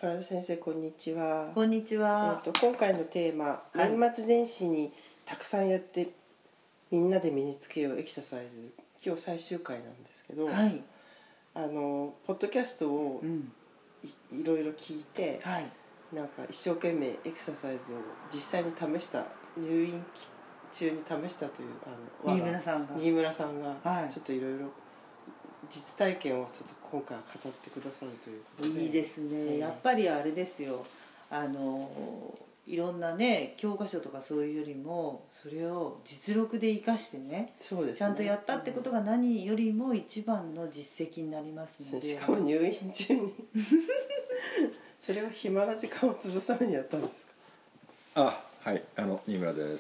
体先生、こんにちは。 こんにちは。 今回のテーマ、 はい年末年始にたくさんやってみんなで身につけようエクササイズ、今日最終回なんですけど、 はい。 ポッドキャストをいろいろ聞いて、 はい。 なんか一生懸命エクササイズを実際に試した、入院中に試したという新村さんがはいちょっといろいろ実体験をちょっと今回は語ってくださるということで。 いいですね。やっぱりあれですよ。いろんなね教科書とかそういうよりもそれを実力で生かしてね、 そうですね、 ちゃんとやったってことが何よりも一番の実績になりますので。 しかも入院中にそれは暇な時間を潰すためにやったんですか？ はい、新村です。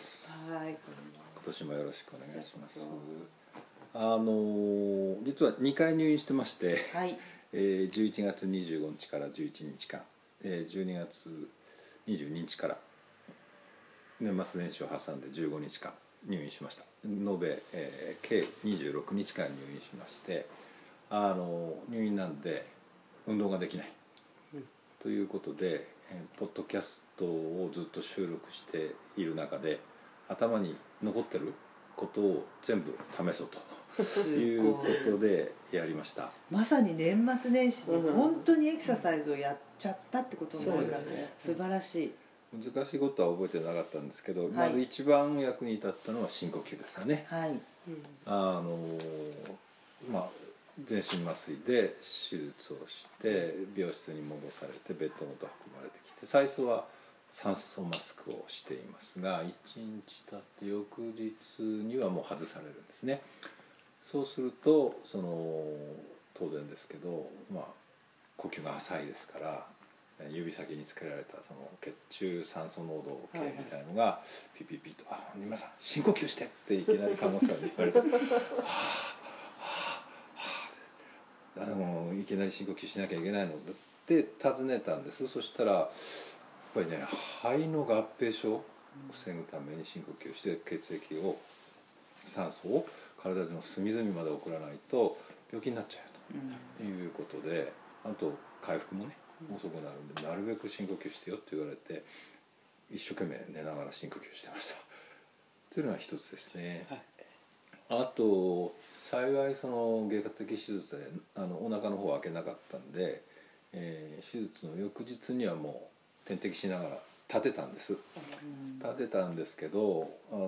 はい。 今年もよろしくお願いします。実は2回入院してまして、 はい。 11月25日から11日間、12月22日から年末年始を挟んで15日間入院しました。延べ、計26日間入院しまして、入院なんで運動ができない、ということで、ポッドキャストをずっと収録している中で頭に残ってることを全部試そうということでやりました。 まさに年末年始に本当にエクササイズをやっちゃったってことになるから、 そうですね、 素晴らしい。 難しいことは覚えてなかったんですけど、 はい、 まず一番役に立ったのは深呼吸ですよね。 はい。 全身麻酔で手術をして病室に戻されてベッドごと運ばれてきて、最初は酸素マスクをしていますが、1日経って翌日にはもう外されるんですね。そうすると当然ですけど、呼吸が浅いですから、指先につけられたその血中酸素濃度計みたいのがピピピと「皆さん深呼吸して」っていきなり看護師さんに言われて「はあいきなり深呼吸しなきゃいけないの?」って尋ねたんです。そしたらやっぱりね、肺の合併症を防ぐために深呼吸して血液を酸素を体中の隅々まで送らないと病気になっちゃうということで、あと回復もね遅くなるんで、なるべく深呼吸してよって言われて一生懸命寝ながら深呼吸してましたというのが一つですね。あと幸いその外科的手術でお腹の方を開けなかったんで、手術の翌日にはもう点滴しながら立てたんです。立てたんですけど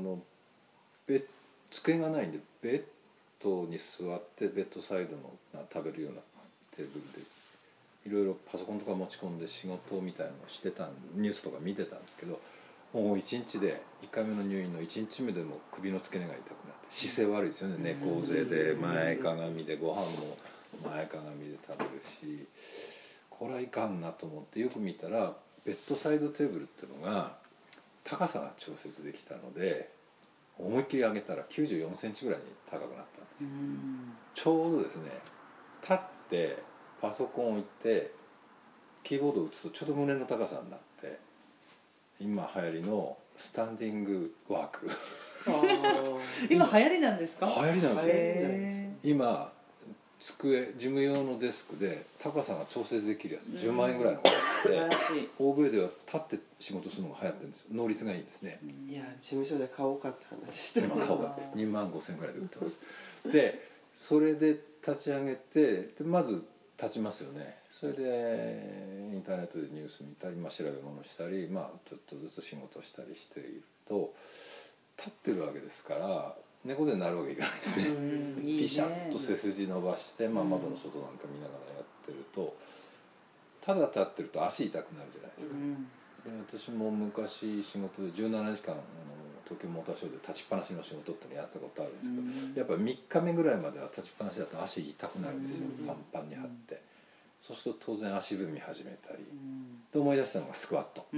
机がないんでベッドに座ってベッドサイドの食べるようなテーブルでいろいろパソコンとか持ち込んで仕事みたいなのをしてた、ニュースとか見てたんですけど、もう1日で1回目の入院の1日目でも首の付け根が痛くなって姿勢悪いですよね。猫背で前かがみでご飯も前かがみで食べるし、これはいかんなと思ってよく見たらベッドサイドテーブルっていうのが高さが調節できたので、思いっきり上げたら94センチぐらいに高くなったんですよ。ちょうどですね、立ってパソコンを置いてキーボードを打つとちょうど胸の高さになって、今流行りのスタンディングワーク今流行りなんですか？ 流行りなんですよ。今机、事務用のデスクで高さが調節できるやつ10万円ぐらいのがあって、欧米では立って仕事するのが流行ってるんですよ。能率がいいんですね。 いや、事務所で買おうかって話して今買おうかって2万5千円ぐらいで売ってますでそれで立ち上げて、でまず立ちますよね。それでインターネットでニュース見たり、調べ物したり、ちょっとずつ仕事したりしていると立ってるわけですから猫背になるわけいかないですね。ピシャッと背筋伸ばして、窓の外なんか見ながらやってると、ただ立ってると足痛くなるじゃないですか。で私も昔仕事で17時間東京モーターショーで立ちっぱなしの仕事ってのやったことあるんですけど、やっぱり3日目ぐらいまでは立ちっぱなしだと足痛くなるんですよ。パンパンに張って、そうすると当然足踏み始めたりで思い出したのがスクワット。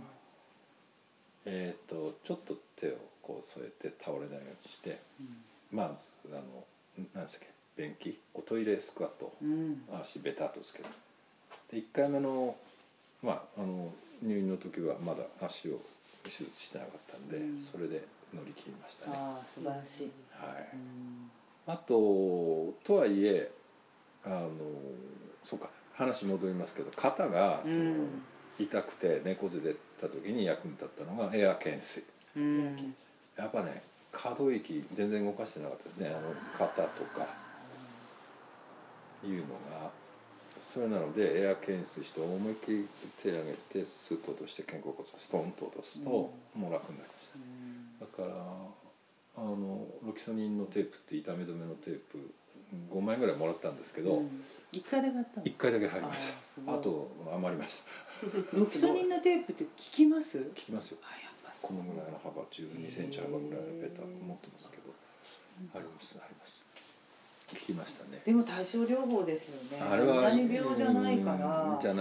ちょっと手をこう添えて倒れないようにして、まず何でしたっけ、便器おトイレスクワット、足ベタっとつける。で1回目の入院の時はまだ足を手術してなかったんで、それで乗り切りましたね。 素晴らしい。 あととはいえそうか、 話戻りますけど、肩がその痛くて猫背出た時に役に立ったのがエア懸垂。やっぱね可動域全然動かしてなかったですね。肩とかいうのがそれなので、エア懸垂して思いっきり手上げてスッと落として肩甲骨をストンと落とすともう楽になりましたね。だからロキソニンのテープって痛み止めのテープ5枚ぐらいもらったんですけど、 1回だけ買ったの 1回だけ入りました。あと余りました。 ロキソニンのテープって効きます？ 効きますよ。このぐらいの幅、12センチ幅ぐらいのペタ持ってますけど、ありますあります。効きましたね。 でも対症療法ですよね。 あれはそんなに病じゃないから。 痛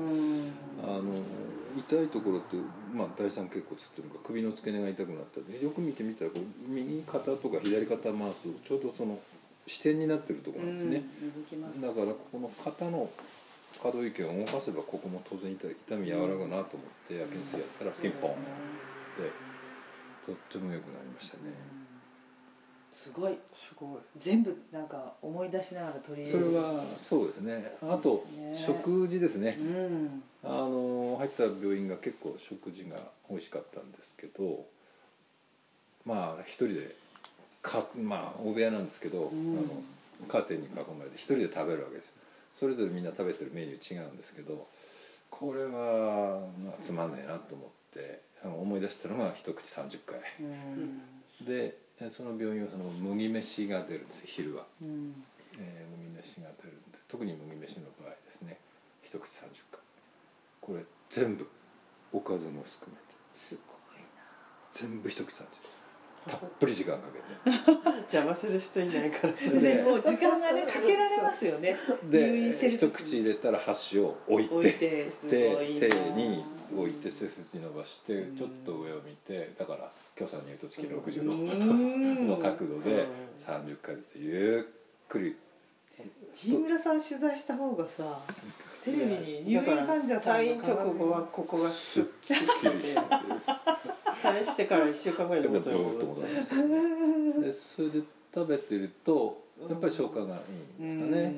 いところって、第三頸骨っていうのが首の付け根が痛くなったで、よく見てみたら右肩とか左肩回すとちょうどその支点になってるところなんですね。だからここの肩の可動域を動かせばここも当然痛み和らぐなと思ってエア懸垂やったらピンポンでとっても良くなりましたね。 すごい全部なんか思い出しながら取り入れる。 それはそうですね。あと食事ですね。入った病院が結構食事が美味しかったんですけど、一人で大部屋なんですけど、カーテンに囲まれて一人で食べるわけですよ。それぞれみんな食べてるメニュー違うんですけど、これはつまんねえなと思って思い出したのが一口30回で、その病院はその麦飯が出るんですよ、昼は。麦飯が出るんで、特に麦飯の場合ですね、一口30回、これ全部おかずも含めてすごいな。 全部一口30回、たっぷり時間かけて邪魔する人いないからでもう時間がねかけられますよね。 で一口入れたら箸を置いて手に置いて背筋伸ばしてちょっと上を見て、だから許さんに言うと月60度の角度で30回ずつゆっくり。 飯村さん取材した方がさ、テレビに入院患者さん退院直後はここがすっきりして退院してから1週間ぐらいで元に戻っちゃいましたね。 でそれで食べてるとやっぱり消化がいいんですかね。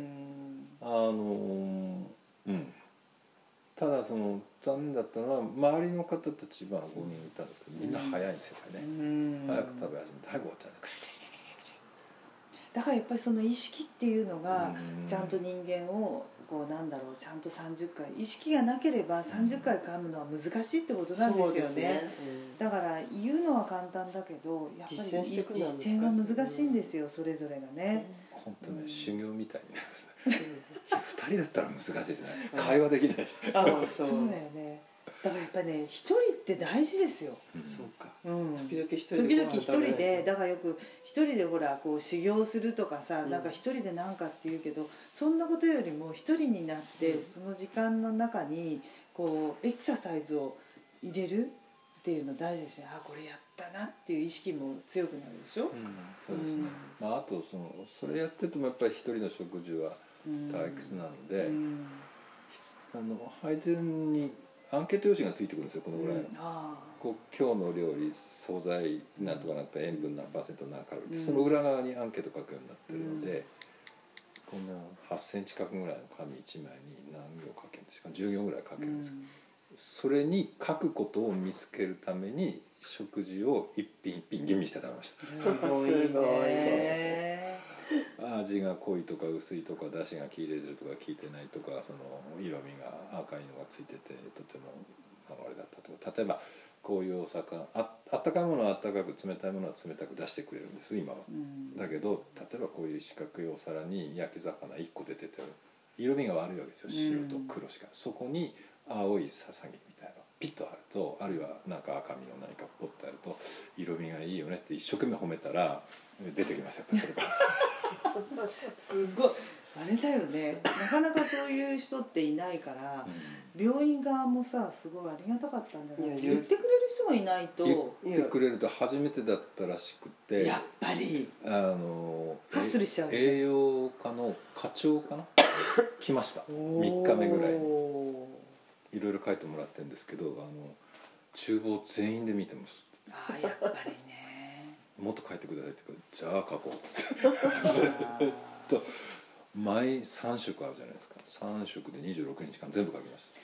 ただその残念だったのは周りの方たち5人いたんですけど、みんな早いんですよね。早く食べ始めて早く終わっちゃうんです。 だからやっぱりその意識っていうのがちゃんと人間をちゃんと30回意識がなければ30回噛むのは難しいってことなんですよね。だから言うのは簡単だけどやっぱり実践は難しいんですよ、それぞれがね。 本当ね、修行みたいになりますね。2人だったら難しいですね。会話できないし。 そうだよね。だからやっぱりね、一人って大事ですよ。 そうか。 時々一人で、だからよく一人でほらこう修行するとかさ、なんか一人でなんかって言うけど、そんなことよりも一人になってその時間の中にこうエクササイズを入れるっていうの大事ですね。これやったなっていう意識も強くなるでしょ。 そうですね。あとそれやっててもやっぱり一人の食事は退屈なので、配膳にアンケート用紙がついてくるんですよ、このぐらいの。今日の料理惣菜なんとかなった塩分何%何カロリーって、その裏側にアンケート書くようになってるので、この8センチ角ぐらいの紙1枚に何行書けるんですか、10行ぐらい書けるんですけど、それに書くことを見つけるために食事を一品一品吟味して食べました。 すごいね。 味が濃いとか薄いとか出汁が効いてるとか効いてないとか、その色味が赤いのがついててとてもあれだったとか、例えばこういうお魚、あったかいものはあったかく冷たいものは冷たく出してくれるんです今は。だけど例えばこういう四角いお皿に焼き魚1個出てて色味が悪いわけですよ、白と黒しか。そこに青いささぎみたいなピッとあると、あるいはなんか赤身の何かポッとあると色味がいいよねって一生懸命褒めたら出てきますよ、やっぱりそれから。 すごいあれだよね、なかなかそういう人っていないから、病院側もさすごいありがたかったんだな。言ってくれる人がいないと。 言ってくれると初めてだったらしくて、 やっぱりハッスルしちゃう、 栄養科の課長かな来ました。3日目ぐらいにいろいろ書いてもらってるんですけど、厨房全員で見てます。 やっぱりね。 もっと書いてくださいって言うから、じゃあ書こうっつって毎3食あるじゃないですか。3食で26日間全部書きました。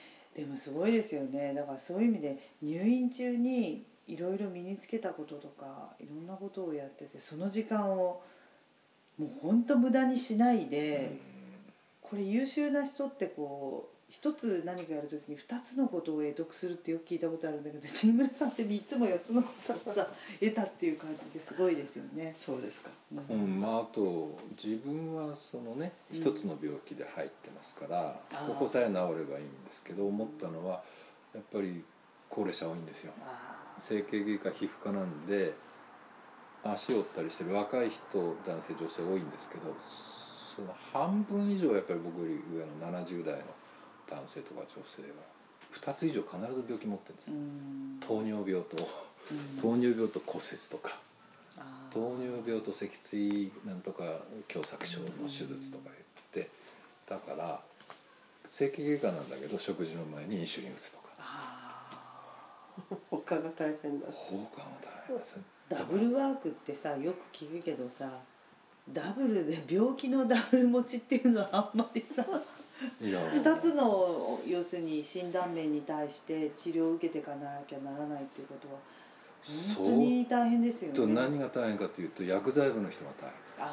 でもすごいですよね。だからそういう意味で入院中にいろいろ身につけたこととかいろんなことをやってて、その時間をもう本当無駄にしないで、これ優秀な人ってこう一つ何かやるときに2つのことを得得するってよく聞いたことあるんだけど、新村さんって3つも4つのことをさ得たっていう感じですごいですよね。 そうですか。 あと自分はそのね一つの病気で入ってますから、ここさえ治ればいいんですけど、思ったのはやっぱり高齢者多いんですよ。整形外科皮膚科なんで足を折ったりしてる若い人、男性女性多いんですけど、その半分以上やっぱり僕より上の70代の男性とか女性は2つ以上必ず病気持ってるんですよ。糖尿病と骨折とか、糖尿病と脊椎なんとか狭窄症の手術とか言って、だから整形外科なんだけど食事の前にインシュリン打つとか。 他が大変だ。 他が大変ですね。 ダブルワークってさよく聞くけどさ、ダブルで病気のダブル持ちっていうのはあんまりさ2つの要するに診断面に対して治療を受けていかなきゃならないっていうことは本当に大変ですよね。 何が大変かというと薬剤部の人が大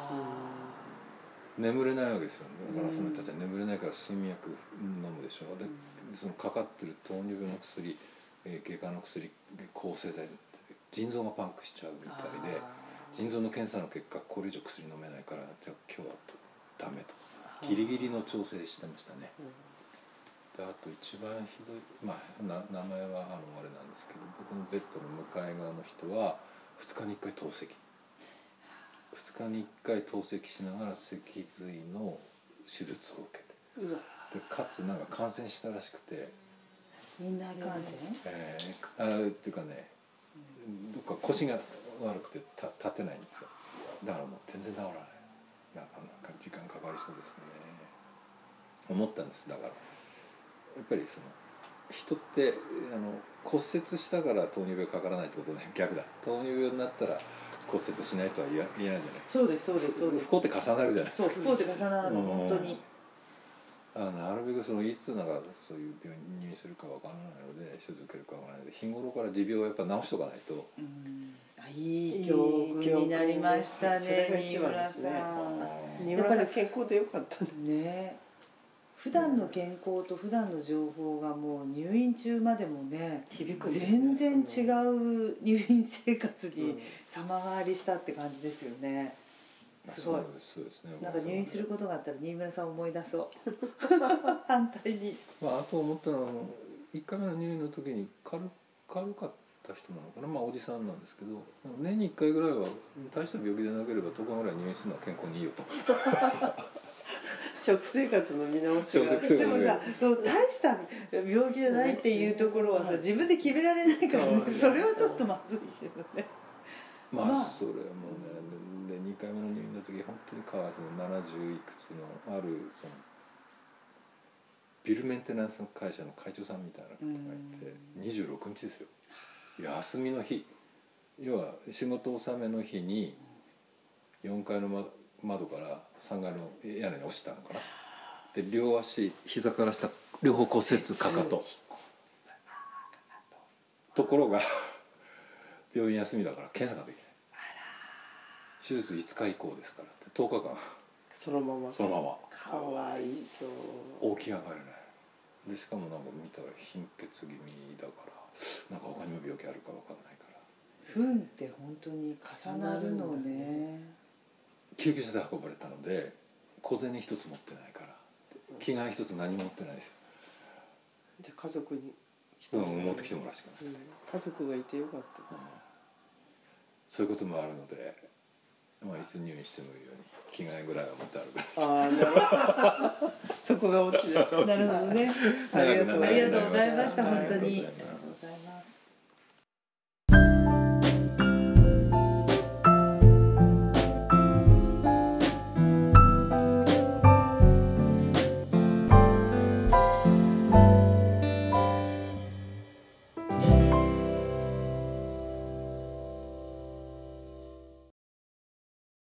変。眠れないわけですよ。だからその人たちは眠れないから睡眠薬飲むでしょ。でそのかかってる糖尿病の薬、外科の薬、抗生剤で腎臓がパンクしちゃうみたいで、腎臓の検査の結果これ以上薬飲めないからじゃあ今日はダメとギリギリの調整してましたね。であと一番ひどい、名前はあれなんですけど、僕のベッドの向かい側の人は2日に1回透析、2日に1回透析しながら脊髄の手術を受けて、でかつなんか感染したらしくて、 院内感染、 っていうかね、どっか腰が悪くて立てないんですよ。だからもう全然治らない。なかなか時間かかりそうですよね。思ったんです。だからやっぱりその人って骨折したから糖尿病かからないってことね、逆だ。糖尿病になったら骨折しないとは言えないじゃない。 そうですそうですそうです。 不幸って重なるじゃないですか。 そう不幸って重なるの本当に。 なるべくそのいつなんかそういう病院に入院するかわからないので、手術受けるかわからないので、日頃から持病をやっぱ治しとかないと。 いい教訓になりましたね。 それが一番ですね。新村さん健康でよかったね。普段の健康と普段の情報がもう入院中までもね、全然違う入院生活に様変わりしたって感じですよね。すごい。 そうですね。 なんか入院することがあったら新村さん思い出そう。反対に。 あと思ったのは1回目の入院の時に軽かった人なのかな、おじさんなんですけど、年に1回ぐらいは大した病気でなければ10日ぐらい入院するのは健康にいいよと。 食生活の見直しが。 でもさ、大した病気じゃないっていうところはさ、自分で決められないからね。それはちょっとまずいけどね。 それはもうね。で2回目の入院の時本当にかわいそう、70いくつのあるそのビルメンテナンスの会社の会長さんみたいな方がいて、26日ですよ、休みの日、要は仕事納めの日に4階の窓から3階の屋根に落ちたのかな。で両足膝から下両方骨折、かかと。ところが病院休みだから検査ができない。手術5日以降ですからって10日間そのままかわいそう。 起き上がれない。でしかもなんか見たら貧血気味だから、なんか他にも病気あるか分かんないから。 不運って本当に重なるのね。 救急車で運ばれたので小銭一つ持ってないから、着替え一つ何も持ってないですよ。 じゃあ家族に持ってきてもらうしかなくて、 家族がいてよかった、 そういうこともあるので、いつ入院してもいいように着替えぐらいは持ってあるぐらい。 なるほど。そこがオチです。 なるほどね。 ありがとうございました。 本当に。